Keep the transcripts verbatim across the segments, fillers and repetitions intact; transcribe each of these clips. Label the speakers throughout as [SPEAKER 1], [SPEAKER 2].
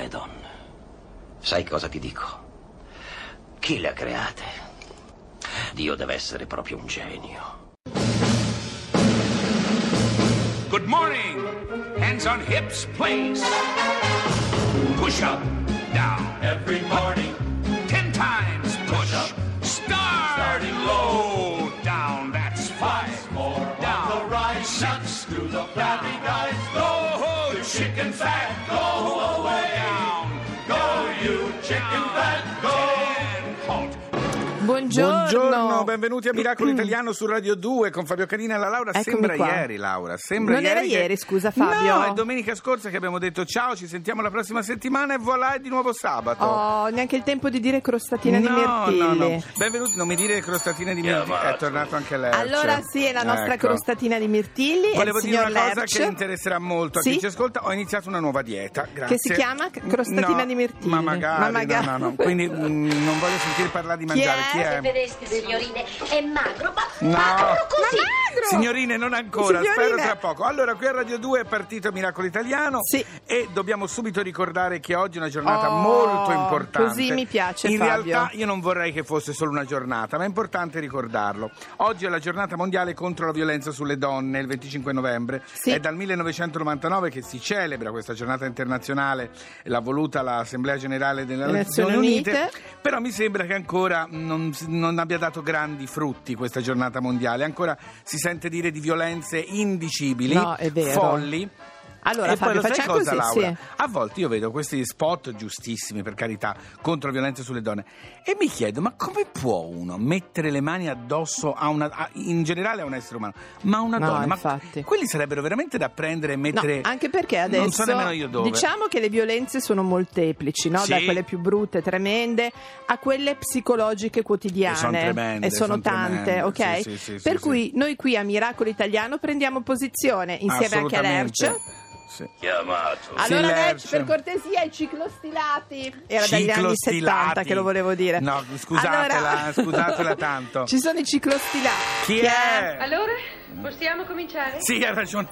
[SPEAKER 1] donne. Sai cosa ti dico? Chi le ha create? Dio deve essere proprio un genio.
[SPEAKER 2] Good morning. Hands on hips, please. Push up, down. Every morning. Ten times push up. Start. Starting low. Down, that's five. More down. On the rise. Six. To the flabby guys. Go, the chicken fat. Go away. Down. Go, you chicken fat. Go. Ten. Halt.
[SPEAKER 3] Buongiorno.
[SPEAKER 4] Buongiorno, benvenuti a Miracolo Italiano su Radio due con Fabio Canina e la Laura.
[SPEAKER 3] Eccomi
[SPEAKER 4] Sembra
[SPEAKER 3] qua.
[SPEAKER 4] ieri, Laura. Sembra
[SPEAKER 3] Non era
[SPEAKER 4] che...
[SPEAKER 3] ieri, scusa Fabio.
[SPEAKER 4] No, è domenica scorsa che abbiamo detto ciao, ci sentiamo la prossima settimana e voilà, è di nuovo sabato.
[SPEAKER 3] Oh, neanche il tempo di dire crostatina
[SPEAKER 4] no,
[SPEAKER 3] di mirtilli.
[SPEAKER 4] No, no, benvenuti, non mi dire crostatina di mirtilli. È tornato anche Lerch.
[SPEAKER 3] Allora sì, è la nostra
[SPEAKER 4] Ecco.
[SPEAKER 3] crostatina di mirtilli.
[SPEAKER 4] Volevo
[SPEAKER 3] è il
[SPEAKER 4] dire
[SPEAKER 3] signor
[SPEAKER 4] una cosa
[SPEAKER 3] Lerch.
[SPEAKER 4] che interesserà molto a
[SPEAKER 3] Sì?
[SPEAKER 4] chi ci ascolta. Ho iniziato una nuova dieta, grazie.
[SPEAKER 3] Che si chiama crostatina
[SPEAKER 4] No,
[SPEAKER 3] di mirtilli.
[SPEAKER 4] Ma magari,
[SPEAKER 3] Ma magari.
[SPEAKER 4] No, no, no. Quindi mh, non voglio sentire parlare di
[SPEAKER 3] Chi
[SPEAKER 4] mangiare.
[SPEAKER 3] è?
[SPEAKER 4] Chi è?
[SPEAKER 5] Se vedeste, signorine, è magro, ma
[SPEAKER 4] No.
[SPEAKER 5] magro così.
[SPEAKER 3] Ma magro!
[SPEAKER 4] Signorine, non ancora,
[SPEAKER 3] Signorine.
[SPEAKER 4] spero tra poco. Allora, qui a Radio due è partito Miracolo Italiano.
[SPEAKER 3] Sì.
[SPEAKER 4] E dobbiamo subito ricordare che oggi è una giornata
[SPEAKER 3] Oh,
[SPEAKER 4] molto importante.
[SPEAKER 3] così mi piace,
[SPEAKER 4] In
[SPEAKER 3] Fabio.
[SPEAKER 4] realtà io non vorrei che fosse solo una giornata, ma è importante ricordarlo. Oggi è la giornata mondiale contro la violenza sulle donne, il venticinque novembre.
[SPEAKER 3] Sì.
[SPEAKER 4] È dal millenovecentonovantanove che si celebra questa giornata internazionale, l'ha voluta l'Assemblea Generale delle
[SPEAKER 3] Le
[SPEAKER 4] Nazioni
[SPEAKER 3] Nazioni
[SPEAKER 4] Unite.
[SPEAKER 3] Unite.
[SPEAKER 4] Però mi sembra che ancora non, non abbia dato grandi frutti questa giornata mondiale. Ancora si sente dire di violenze indicibili,
[SPEAKER 3] No, è vero.
[SPEAKER 4] folli.
[SPEAKER 3] Allora
[SPEAKER 4] E poi
[SPEAKER 3] Fabio,
[SPEAKER 4] lo sai
[SPEAKER 3] facciamo
[SPEAKER 4] cosa,
[SPEAKER 3] così,
[SPEAKER 4] Laura?
[SPEAKER 3] sì.
[SPEAKER 4] A volte io vedo questi spot giustissimi, per carità, contro la violenza sulle donne e mi chiedo, ma come può uno mettere le mani addosso a una, a, in generale a un essere umano, ma a una
[SPEAKER 3] No,
[SPEAKER 4] donna?
[SPEAKER 3] infatti.
[SPEAKER 4] Ma quelli sarebbero veramente da prendere e
[SPEAKER 3] No,
[SPEAKER 4] mettere...
[SPEAKER 3] anche perché adesso
[SPEAKER 4] non so nemmeno io dove.
[SPEAKER 3] diciamo che le violenze sono molteplici, no?
[SPEAKER 4] Sì.
[SPEAKER 3] Da quelle più brutte, tremende, a quelle psicologiche quotidiane.
[SPEAKER 4] E sono tremende,
[SPEAKER 3] E sono
[SPEAKER 4] sono
[SPEAKER 3] tante,
[SPEAKER 4] tremende.
[SPEAKER 3] ok?
[SPEAKER 4] Sì, sì, sì,
[SPEAKER 3] per
[SPEAKER 4] sì,
[SPEAKER 3] cui noi qui a Miracolo Italiano prendiamo posizione insieme anche a
[SPEAKER 4] Assolutamente.
[SPEAKER 3] Lerch.
[SPEAKER 4] Sì.
[SPEAKER 1] Chiamato.
[SPEAKER 3] Allora
[SPEAKER 4] Sì,
[SPEAKER 3] Lerch,
[SPEAKER 4] Lerch.
[SPEAKER 3] per cortesia, i ciclostilati. Era dagli anni
[SPEAKER 4] Ciclostilati.
[SPEAKER 3] settanta che lo volevo dire.
[SPEAKER 4] No, scusatela,
[SPEAKER 3] Allora-
[SPEAKER 4] scusatela tanto.
[SPEAKER 3] Ci sono i ciclostilati.
[SPEAKER 4] Chi è?
[SPEAKER 6] Allora, possiamo cominciare?
[SPEAKER 4] Sì, ha ragione.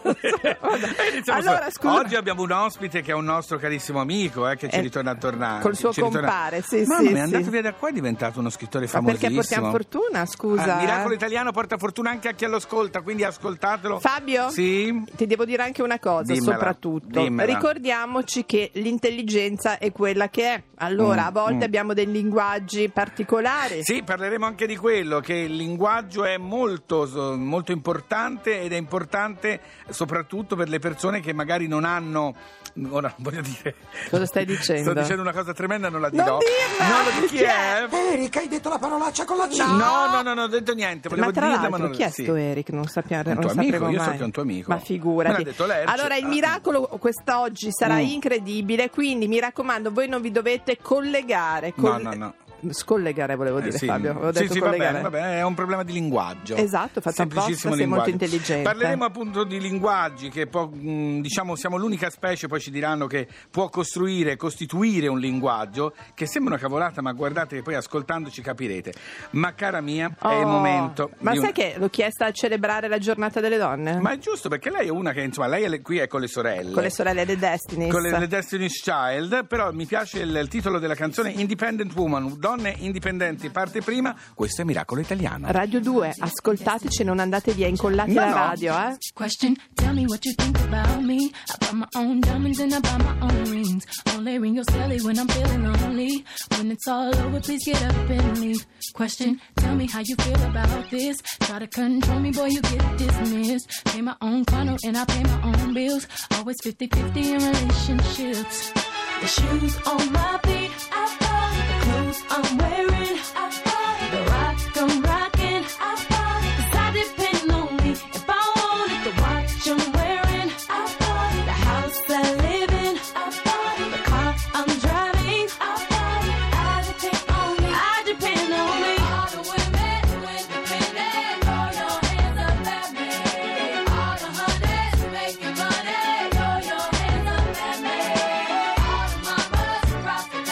[SPEAKER 4] E iniziamo
[SPEAKER 3] Allora,
[SPEAKER 4] su-
[SPEAKER 3] scusa.
[SPEAKER 4] Oggi abbiamo un ospite che è un nostro carissimo amico, eh, che ci
[SPEAKER 3] Eh,
[SPEAKER 4] ritorna a tornare.
[SPEAKER 3] col suo
[SPEAKER 4] Ci ritorna-
[SPEAKER 3] compare, sì,
[SPEAKER 4] Mamma
[SPEAKER 3] sì,
[SPEAKER 4] mia, è andato
[SPEAKER 3] sì.
[SPEAKER 4] via da qua, è diventato uno scrittore
[SPEAKER 3] Ma
[SPEAKER 4] famosissimo.
[SPEAKER 3] perché portiamo fortuna, scusa.
[SPEAKER 4] Eh, Miracolo
[SPEAKER 3] eh?
[SPEAKER 4] Italiano porta fortuna anche a chi lo ascolta, quindi ascoltatelo.
[SPEAKER 3] Fabio?
[SPEAKER 4] Sì?
[SPEAKER 3] Ti devo dire anche una cosa,
[SPEAKER 4] Dimmela,
[SPEAKER 3] soprattutto.
[SPEAKER 4] dimmela.
[SPEAKER 3] Ricordiamoci che l'intelligenza è quella che è. Allora,
[SPEAKER 4] Mm,
[SPEAKER 3] a volte
[SPEAKER 4] mm.
[SPEAKER 3] abbiamo dei linguaggi particolari.
[SPEAKER 4] Sì, parleremo anche di quello, che il linguaggio è molto, molto importante ed è importante soprattutto per le persone che magari non hanno, ora non voglio dire...
[SPEAKER 3] Cosa stai dicendo?
[SPEAKER 4] Sto dicendo una cosa tremenda, non la dirò.
[SPEAKER 3] Non dirla!
[SPEAKER 4] Non lo di chi è?
[SPEAKER 7] Eric, hai detto la parolaccia con la C?
[SPEAKER 4] No, no, no, non ho detto niente, volevo
[SPEAKER 3] Ma tra
[SPEAKER 4] dirla,
[SPEAKER 3] l'altro,
[SPEAKER 4] ma non
[SPEAKER 3] chi è
[SPEAKER 4] sì.
[SPEAKER 3] sto Eric? Non sappiamo,
[SPEAKER 4] Un
[SPEAKER 3] non
[SPEAKER 4] tuo amico,
[SPEAKER 3] sapremo
[SPEAKER 4] io so
[SPEAKER 3] mai.
[SPEAKER 4] che è un tuo amico.
[SPEAKER 3] Ma figurati.
[SPEAKER 4] Me l'ha detto Lerch.
[SPEAKER 3] Allora, il
[SPEAKER 4] Ah.
[SPEAKER 3] miracolo quest'oggi sarà
[SPEAKER 4] Mm.
[SPEAKER 3] incredibile, quindi mi raccomando, voi non vi dovete collegare.
[SPEAKER 4] No,
[SPEAKER 3] col-
[SPEAKER 4] no, no.
[SPEAKER 3] Scollegare volevo
[SPEAKER 4] Eh,
[SPEAKER 3] dire,
[SPEAKER 4] sì.
[SPEAKER 3] Fabio. Avevo
[SPEAKER 4] Sì,
[SPEAKER 3] detto
[SPEAKER 4] sì, va
[SPEAKER 3] collegare.
[SPEAKER 4] bene, va bene, è un problema di linguaggio.
[SPEAKER 3] Esatto, fatto
[SPEAKER 4] Semplicissimo
[SPEAKER 3] apposta, sei molto
[SPEAKER 4] linguaggio.
[SPEAKER 3] intelligente.
[SPEAKER 4] Parleremo appunto di linguaggi che può, mh, diciamo siamo l'unica specie, poi ci diranno, che può costruire, costituire un linguaggio, che sembra una cavolata, ma guardate che poi ascoltandoci capirete. Ma cara mia, è il
[SPEAKER 3] Oh,
[SPEAKER 4] momento.
[SPEAKER 3] Ma
[SPEAKER 4] di
[SPEAKER 3] sai
[SPEAKER 4] un-
[SPEAKER 3] che l'ho chiesta a celebrare la giornata delle donne?
[SPEAKER 4] Ma è giusto, perché lei è una che, insomma, lei è le- qui è con le sorelle.
[SPEAKER 3] Con le sorelle The Destinies.
[SPEAKER 4] Con le, le Destiny's Child, però mi piace il, il titolo della canzone Independent Woman, donne indipendenti, parte prima, questo è Miracolo Italiano.
[SPEAKER 3] Radio due, ascoltateci, non andate via, incollati
[SPEAKER 4] No,
[SPEAKER 3] alla
[SPEAKER 4] no.
[SPEAKER 3] radio, eh?
[SPEAKER 6] Question, tell me what you think about me. I buy my own diamonds and I buy my own rings. Only ring your celly when I'm feeling lonely. When it's all over, please get up and leave. Question, tell me how you feel about this. Try to control me, boy, you get dismissed. Pay my own condo and I pay my own bills. Always fifty-fifty in relationships. The shoes on my feet, I buy. The clothes I'm wearing, I buy. The rock I'm rocking, I buy. 'Cause I depend on me. If I want it, the watch I'm wearing, I buy. The house I live in, I buy. The car I'm driving, I buy. I depend on me. I depend on me. All the women who independent, throw your hands up at me. All the hunters making money, throw your hands up at me. All the mamas who rock the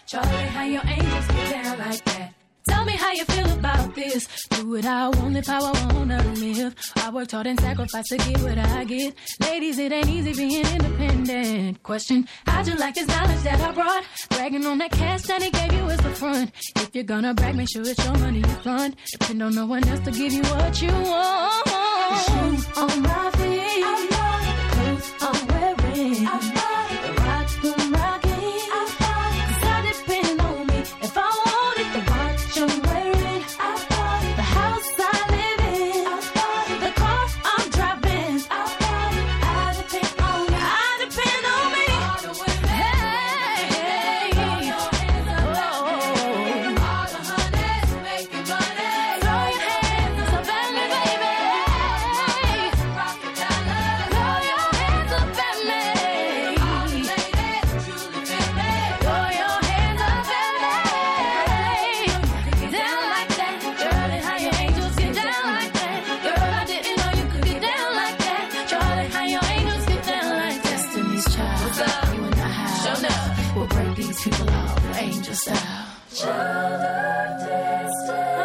[SPEAKER 6] Charlie, how your angels get down like that? Tell me how you feel about this. Do it how I want, live how I wanna live. I worked hard and sacrificed to get what I get. Ladies, it ain't easy being independent. Question, how'd you like this knowledge that I brought? Bragging on that cash that he gave you is the front. If you're gonna brag, make sure it's your money you fund. Depend on no one else to give you what you want. Shoes on my feet, clothes I'm wearing, the watch I'm rocking, 'cause I depend on me. If I want it, the watch I'm wearing, the house I live in, the car I'm driving, I depend on me. I depend on me. Hey, throw your hands up, baby. All the honeys making money. Throw your hands up at me, baby. Rock the dollar. Throw your hands up at me. All the ladies truly feel me. Throw your hands up at me. Get down like that, Charlie. How your angels get down like that, girl? I didn't know you could get down like that, Charlie. How your angels get down like that. Destiny's Child, what's up? You and I have. Show up. We'll break these people off, angel style. Child of destiny.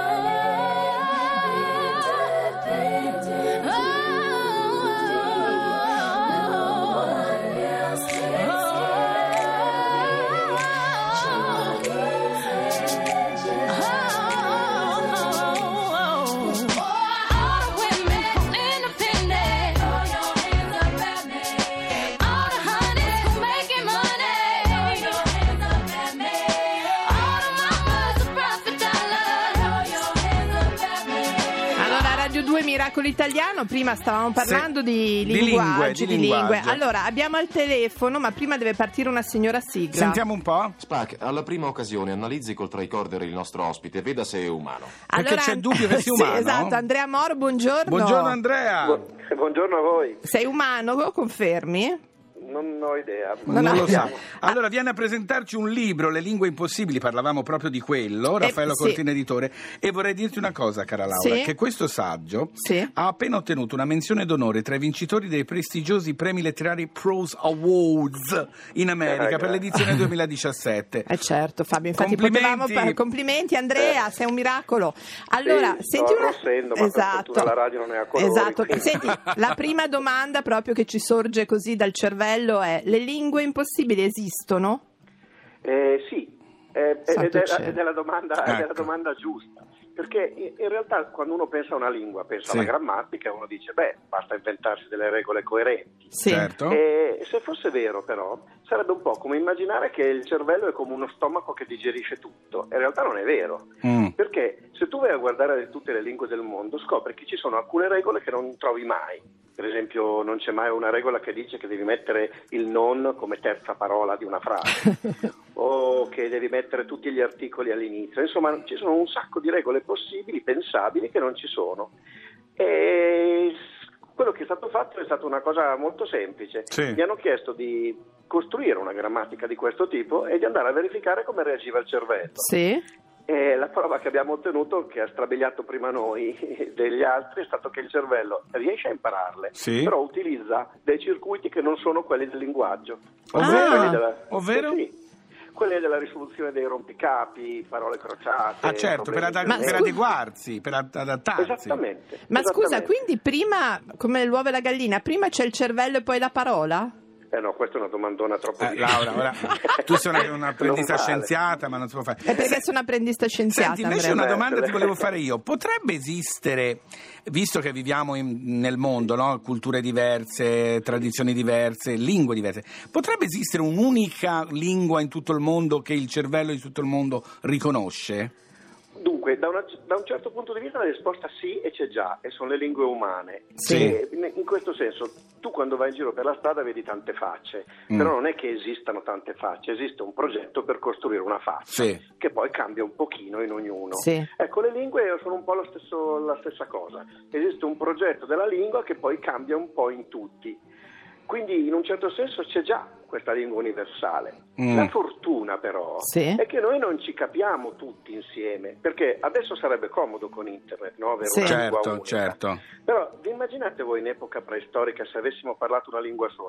[SPEAKER 3] Miracolo Italiano, prima stavamo parlando
[SPEAKER 4] Sì.
[SPEAKER 3] di
[SPEAKER 4] Di
[SPEAKER 3] linguaggi,
[SPEAKER 4] lingue,
[SPEAKER 3] di
[SPEAKER 4] di
[SPEAKER 3] lingue.
[SPEAKER 4] linguaggio.
[SPEAKER 3] Allora, abbiamo al telefono, ma prima deve partire una signora sigla.
[SPEAKER 4] Sentiamo un po'.
[SPEAKER 8] Spack, alla prima occasione analizzi col tricorder il nostro ospite, veda se è umano.
[SPEAKER 4] Perché c'è dubbio che sia
[SPEAKER 3] sì,
[SPEAKER 4] umano?
[SPEAKER 3] esatto, Andrea Moro, buongiorno.
[SPEAKER 4] Buongiorno Andrea.
[SPEAKER 9] Bu- buongiorno a voi.
[SPEAKER 3] Sei umano, lo confermi?
[SPEAKER 9] Non ho idea.
[SPEAKER 4] Non,
[SPEAKER 3] Non
[SPEAKER 4] lo sa.
[SPEAKER 3] abbiamo-
[SPEAKER 4] Allora viene a presentarci un libro, Le lingue impossibili, parlavamo proprio di quello, Raffaello
[SPEAKER 3] Eh, sì.
[SPEAKER 4] Cortina editore, e vorrei dirti una cosa, cara Laura,
[SPEAKER 3] Sì.
[SPEAKER 4] che questo saggio
[SPEAKER 3] Sì.
[SPEAKER 4] ha appena ottenuto una menzione d'onore tra i vincitori dei prestigiosi premi letterari Prose Awards in America
[SPEAKER 9] Eh,
[SPEAKER 4] per l'edizione duemiladiciassette.
[SPEAKER 3] Eh certo, Fabio, infatti
[SPEAKER 4] Complimenti.
[SPEAKER 3] potevamo par- complimenti Andrea,
[SPEAKER 9] Eh.
[SPEAKER 3] sei un miracolo. Allora,
[SPEAKER 9] Sì,
[SPEAKER 3] senti
[SPEAKER 9] sto
[SPEAKER 3] una
[SPEAKER 9] arrossendo, ma per fortuna la radio non è a colori,
[SPEAKER 3] Esatto.
[SPEAKER 9] quindi-
[SPEAKER 3] Senti, la prima domanda proprio che ci sorge così dal cervello è: le lingue impossibili esistono?
[SPEAKER 9] Eh, sì, eh,
[SPEAKER 3] Santo
[SPEAKER 9] ed, è,
[SPEAKER 3] cielo.
[SPEAKER 9] ed è la domanda, ed è la
[SPEAKER 4] Ecco.
[SPEAKER 9] domanda giusta. Perché in in realtà quando uno pensa a una lingua, pensa
[SPEAKER 4] Sì.
[SPEAKER 9] alla grammatica, uno dice, beh, basta inventarsi delle regole coerenti.
[SPEAKER 3] Sì.
[SPEAKER 4] Certo.
[SPEAKER 9] E se fosse vero però, sarebbe un po' come immaginare che il cervello è come uno stomaco che digerisce tutto. In realtà non è vero.
[SPEAKER 4] Mm.
[SPEAKER 9] Perché se tu vai a guardare tutte le lingue del mondo, scopri che ci sono alcune regole che non trovi mai. Per esempio, non c'è mai una regola che dice che devi mettere il non come terza parola di una frase o che devi mettere tutti gli articoli all'inizio. Insomma, ci sono un sacco di regole possibili, pensabili, che non ci sono. E quello che è stato fatto è stata una cosa molto semplice.
[SPEAKER 4] Sì.
[SPEAKER 9] Mi hanno chiesto di costruire una grammatica di questo tipo e di andare a verificare come reagiva il cervello.
[SPEAKER 3] Sì.
[SPEAKER 9] E la prova che abbiamo ottenuto, che ha strabiliato prima noi degli altri, è stato che il cervello riesce a impararle,
[SPEAKER 4] Sì.
[SPEAKER 9] però utilizza dei circuiti che non sono quelli del linguaggio.
[SPEAKER 4] Ovvero?
[SPEAKER 9] Quelli della,
[SPEAKER 4] Ovvero?
[SPEAKER 9] Sì, sì. Quelli della risoluzione dei rompicapi, parole crociate.
[SPEAKER 4] Ah certo, per,
[SPEAKER 9] problemi
[SPEAKER 4] ad-
[SPEAKER 3] Ma
[SPEAKER 9] di-
[SPEAKER 4] per
[SPEAKER 3] scusa-
[SPEAKER 4] adeguarsi, per ad- adattarsi.
[SPEAKER 9] Esattamente.
[SPEAKER 3] Ma scusa,
[SPEAKER 9] esattamente.
[SPEAKER 3] quindi prima, come l'uovo e la gallina, prima c'è il cervello e poi la parola?
[SPEAKER 9] Eh no, questa è una domandona troppo
[SPEAKER 4] Eh, Laura, ora, tu sei una, un'apprendista
[SPEAKER 9] Non vale.
[SPEAKER 4] scienziata, ma non si può fare.
[SPEAKER 3] È perché sono apprendista scienziata,
[SPEAKER 4] Senti, invece
[SPEAKER 3] Andrea.
[SPEAKER 4] una domanda ti volevo fare io. Potrebbe esistere, visto che viviamo in- nel mondo, no? Culture diverse, tradizioni diverse, lingue diverse, potrebbe esistere un'unica lingua in tutto il mondo che il cervello di tutto il mondo riconosce?
[SPEAKER 9] Dunque, da, una- da un certo punto di vista la risposta sì, e c'è già, e sono le lingue umane.
[SPEAKER 4] Sì.
[SPEAKER 9] E in in questo senso, tu quando vai in giro per la strada vedi tante facce,
[SPEAKER 4] Mm.
[SPEAKER 9] però non è che esistano tante facce, esiste un progetto per costruire una faccia,
[SPEAKER 4] Sì.
[SPEAKER 9] che poi cambia un pochino in ognuno.
[SPEAKER 3] Sì.
[SPEAKER 9] Ecco, le lingue sono un po' lo stesso- la stessa cosa. Esiste un progetto della lingua che poi cambia un po' in tutti. Quindi in un certo senso c'è già questa lingua universale.
[SPEAKER 4] Mm.
[SPEAKER 9] La fortuna però
[SPEAKER 3] Sì.
[SPEAKER 9] è che noi non ci capiamo tutti insieme, perché adesso sarebbe comodo con internet, no? Avere
[SPEAKER 3] Sì.
[SPEAKER 9] una lingua
[SPEAKER 4] Certo,
[SPEAKER 9] unica.
[SPEAKER 4] certo.
[SPEAKER 9] Però vi immaginate voi in epoca preistorica se avessimo parlato una lingua sola?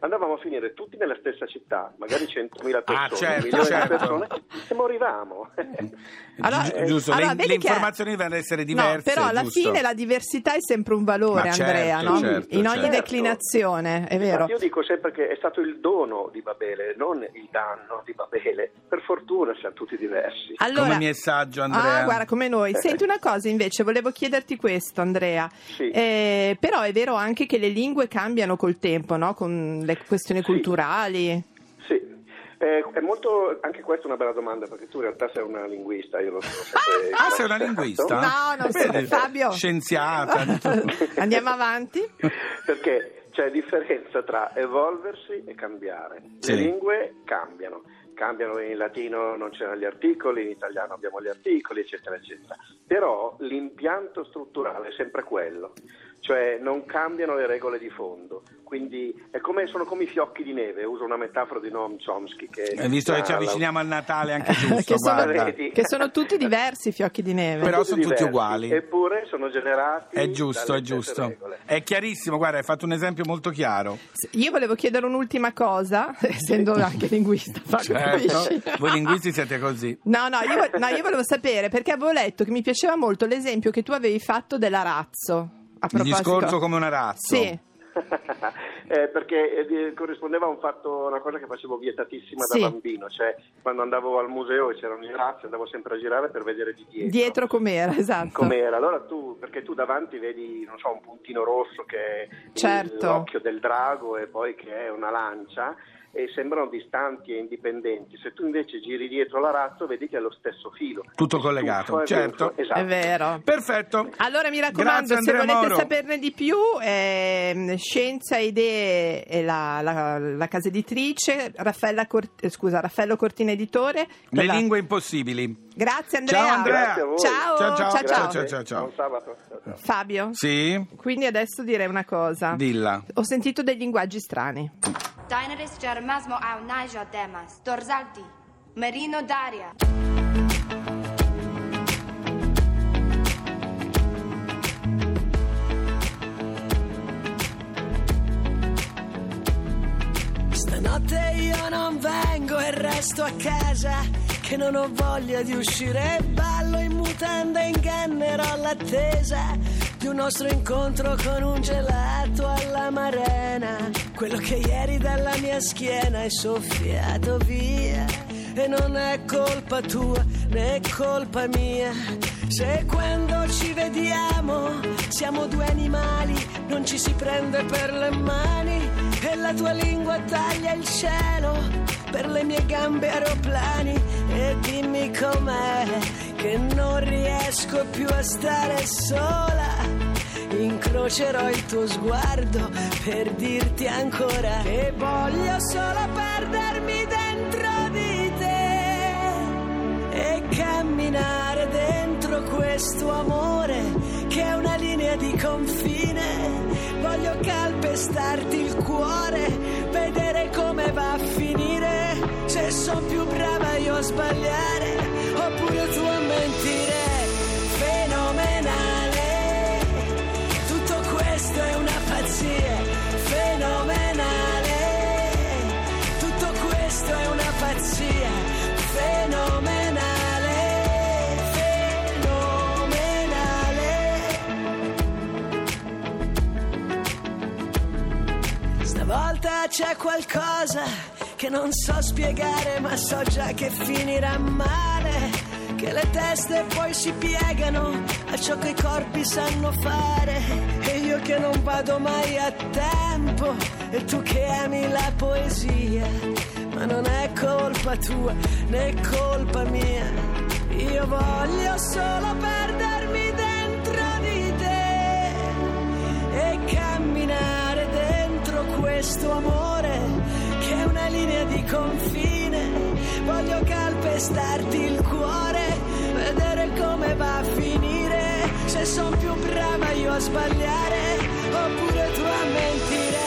[SPEAKER 9] andavamo a finire tutti nella stessa città, magari centomila persone,
[SPEAKER 4] Ah, certo,
[SPEAKER 9] milioni
[SPEAKER 4] certo.
[SPEAKER 9] di persone, e morivamo.
[SPEAKER 3] Allora,
[SPEAKER 4] Gi- giusto,
[SPEAKER 3] allora,
[SPEAKER 4] le,
[SPEAKER 3] vedi
[SPEAKER 4] le
[SPEAKER 3] che-
[SPEAKER 4] informazioni devono essere diverse.
[SPEAKER 3] No, però alla
[SPEAKER 4] giusto?
[SPEAKER 3] fine la diversità è sempre un valore,
[SPEAKER 4] Ma certo,
[SPEAKER 3] Andrea, no?
[SPEAKER 4] certo,
[SPEAKER 3] In ogni
[SPEAKER 4] certo.
[SPEAKER 3] declinazione, è vero.
[SPEAKER 9] Infatti io dico sempre che è stato il dono di Babele, non il danno di Babele. Per fortuna siamo tutti diversi.
[SPEAKER 3] Allora,
[SPEAKER 4] Come messaggio, Andrea.
[SPEAKER 3] Ah, guarda, come noi. Senti una cosa invece, volevo chiederti questo, Andrea.
[SPEAKER 9] Sì.
[SPEAKER 3] Eh, però è vero anche che le lingue cambiano col tempo, no? Con le questioni
[SPEAKER 9] Sì.
[SPEAKER 3] culturali.
[SPEAKER 9] Sì. Eh, è molto, anche questa è una bella domanda, perché tu in realtà sei una linguista, io lo sono sempre.
[SPEAKER 4] Ah, sei una linguista?
[SPEAKER 3] No, non so,
[SPEAKER 4] Vedi?
[SPEAKER 3] Fabio.
[SPEAKER 4] Scienziata.
[SPEAKER 3] Andiamo avanti.
[SPEAKER 9] Perché c'è differenza tra evolversi e cambiare.
[SPEAKER 4] Sì.
[SPEAKER 9] Le lingue cambiano. Cambiano, in latino non c'erano gli articoli, in italiano abbiamo gli articoli, eccetera, eccetera. Però l'impianto strutturale è sempre quello, cioè non cambiano le regole di fondo. Quindi è come, sono come i fiocchi di neve, uso una metafora di Noam Chomsky. Che
[SPEAKER 4] Hai visto che ci
[SPEAKER 9] ah,
[SPEAKER 4] avviciniamo al Natale anche giusto,
[SPEAKER 3] che, sono,
[SPEAKER 4] guarda.
[SPEAKER 3] che sono tutti diversi i fiocchi di neve.
[SPEAKER 4] Però sono tutti
[SPEAKER 9] diversi,
[SPEAKER 4] uguali.
[SPEAKER 9] Eppure sono generati
[SPEAKER 4] È giusto,
[SPEAKER 9] dalle
[SPEAKER 4] è
[SPEAKER 9] stesse
[SPEAKER 4] giusto.
[SPEAKER 9] regole.
[SPEAKER 4] È chiarissimo, guarda, hai fatto un esempio molto chiaro.
[SPEAKER 3] Io volevo chiedere un'ultima cosa, essendo anche linguista. Fabio, capisci?
[SPEAKER 4] Certo, voi linguisti siete così.
[SPEAKER 3] No, no io, vo- no, io volevo sapere, perché avevo letto che mi piaceva molto l'esempio che tu avevi fatto dell'arazzo. A
[SPEAKER 4] Il
[SPEAKER 3] proposito.
[SPEAKER 4] discorso come un arazzo.
[SPEAKER 3] Sì.
[SPEAKER 9] Eh, perché eh, corrispondeva a un fatto, una cosa che facevo vietatissima
[SPEAKER 3] Sì.
[SPEAKER 9] da bambino, cioè quando andavo al museo e c'erano i razzi andavo sempre a girare per vedere di dietro.
[SPEAKER 3] Dietro com'era, esatto.
[SPEAKER 9] Com'era. Allora tu, perché tu davanti vedi, non so, un puntino rosso che è
[SPEAKER 3] Certo.
[SPEAKER 9] l'occhio del drago e poi che è una lancia, e sembrano distanti e indipendenti. Se tu invece giri dietro l'arazzo vedi che è lo stesso filo.
[SPEAKER 4] Tutto
[SPEAKER 9] Il
[SPEAKER 4] collegato,
[SPEAKER 9] tuffo è
[SPEAKER 4] certo.
[SPEAKER 9] venuto- esatto.
[SPEAKER 3] È vero.
[SPEAKER 4] Perfetto.
[SPEAKER 3] Allora mi raccomando,
[SPEAKER 4] Grazie,
[SPEAKER 3] se
[SPEAKER 4] Andrea
[SPEAKER 3] volete
[SPEAKER 4] Moro.
[SPEAKER 3] saperne di più, ehm, Scienza e Idee e la, la, la casa editrice, Raffaella Cort- eh, scusa, Raffaello Cortina Editore.
[SPEAKER 4] Le
[SPEAKER 3] La-
[SPEAKER 4] lingue impossibili.
[SPEAKER 3] Grazie Andrea.
[SPEAKER 4] Ciao, Andrea.
[SPEAKER 9] Grazie a voi.
[SPEAKER 3] Ciao,
[SPEAKER 4] Ciao, ciao,
[SPEAKER 3] ciao,
[SPEAKER 4] ciao,
[SPEAKER 3] ciao.
[SPEAKER 4] ciao, ciao, ciao.
[SPEAKER 9] Buon sabato. Ciao, ciao.
[SPEAKER 3] Fabio,
[SPEAKER 4] Sì?
[SPEAKER 3] quindi adesso direi una cosa.
[SPEAKER 4] Dilla.
[SPEAKER 3] Ho sentito dei linguaggi strani.
[SPEAKER 10] Daineris germasmo au naija demas, dorzalti, merino daria.
[SPEAKER 11] Stanotte io non vengo e resto a casa, che non ho voglia di uscire e ballo in mutanda e ingannerò l'attesa di un nostro incontro con un gelato all'amarena. Quello che ieri dalla mia schiena è soffiato via, e non è colpa tua né colpa mia. Se quando ci vediamo siamo due animali, non ci si prende per le mani, e la tua lingua taglia il cielo, per le mie gambe aeroplani. E dimmi com'è che non riesco più a stare sola, incrocerò il tuo sguardo per dirti ancora che voglio solo perdermi dentro di te e camminare dentro questo amore che è una linea di confine. Voglio calpestarti il cuore, vedere come va a finire, se son più brava io a sbagliare oppure tu a mentire. Fenomenale, tutto questo è una pazzia. Fenomenale, tutto questo è una pazzia. Fenomenale, fenomenale. Stavolta c'è qualcosa che non so spiegare, ma so già che finirà male. Che le teste poi si piegano a ciò che i corpi sanno fare, e io che non vado mai a tempo, e tu che ami la poesia. Ma non è colpa tua né colpa mia, io voglio solo perdermi dentro di te e camminare dentro questo amore che è una linea di confine. Voglio calpestarti il cuore, vedere come va a finire, se son più brava io a sbagliare oppure tu a mentire.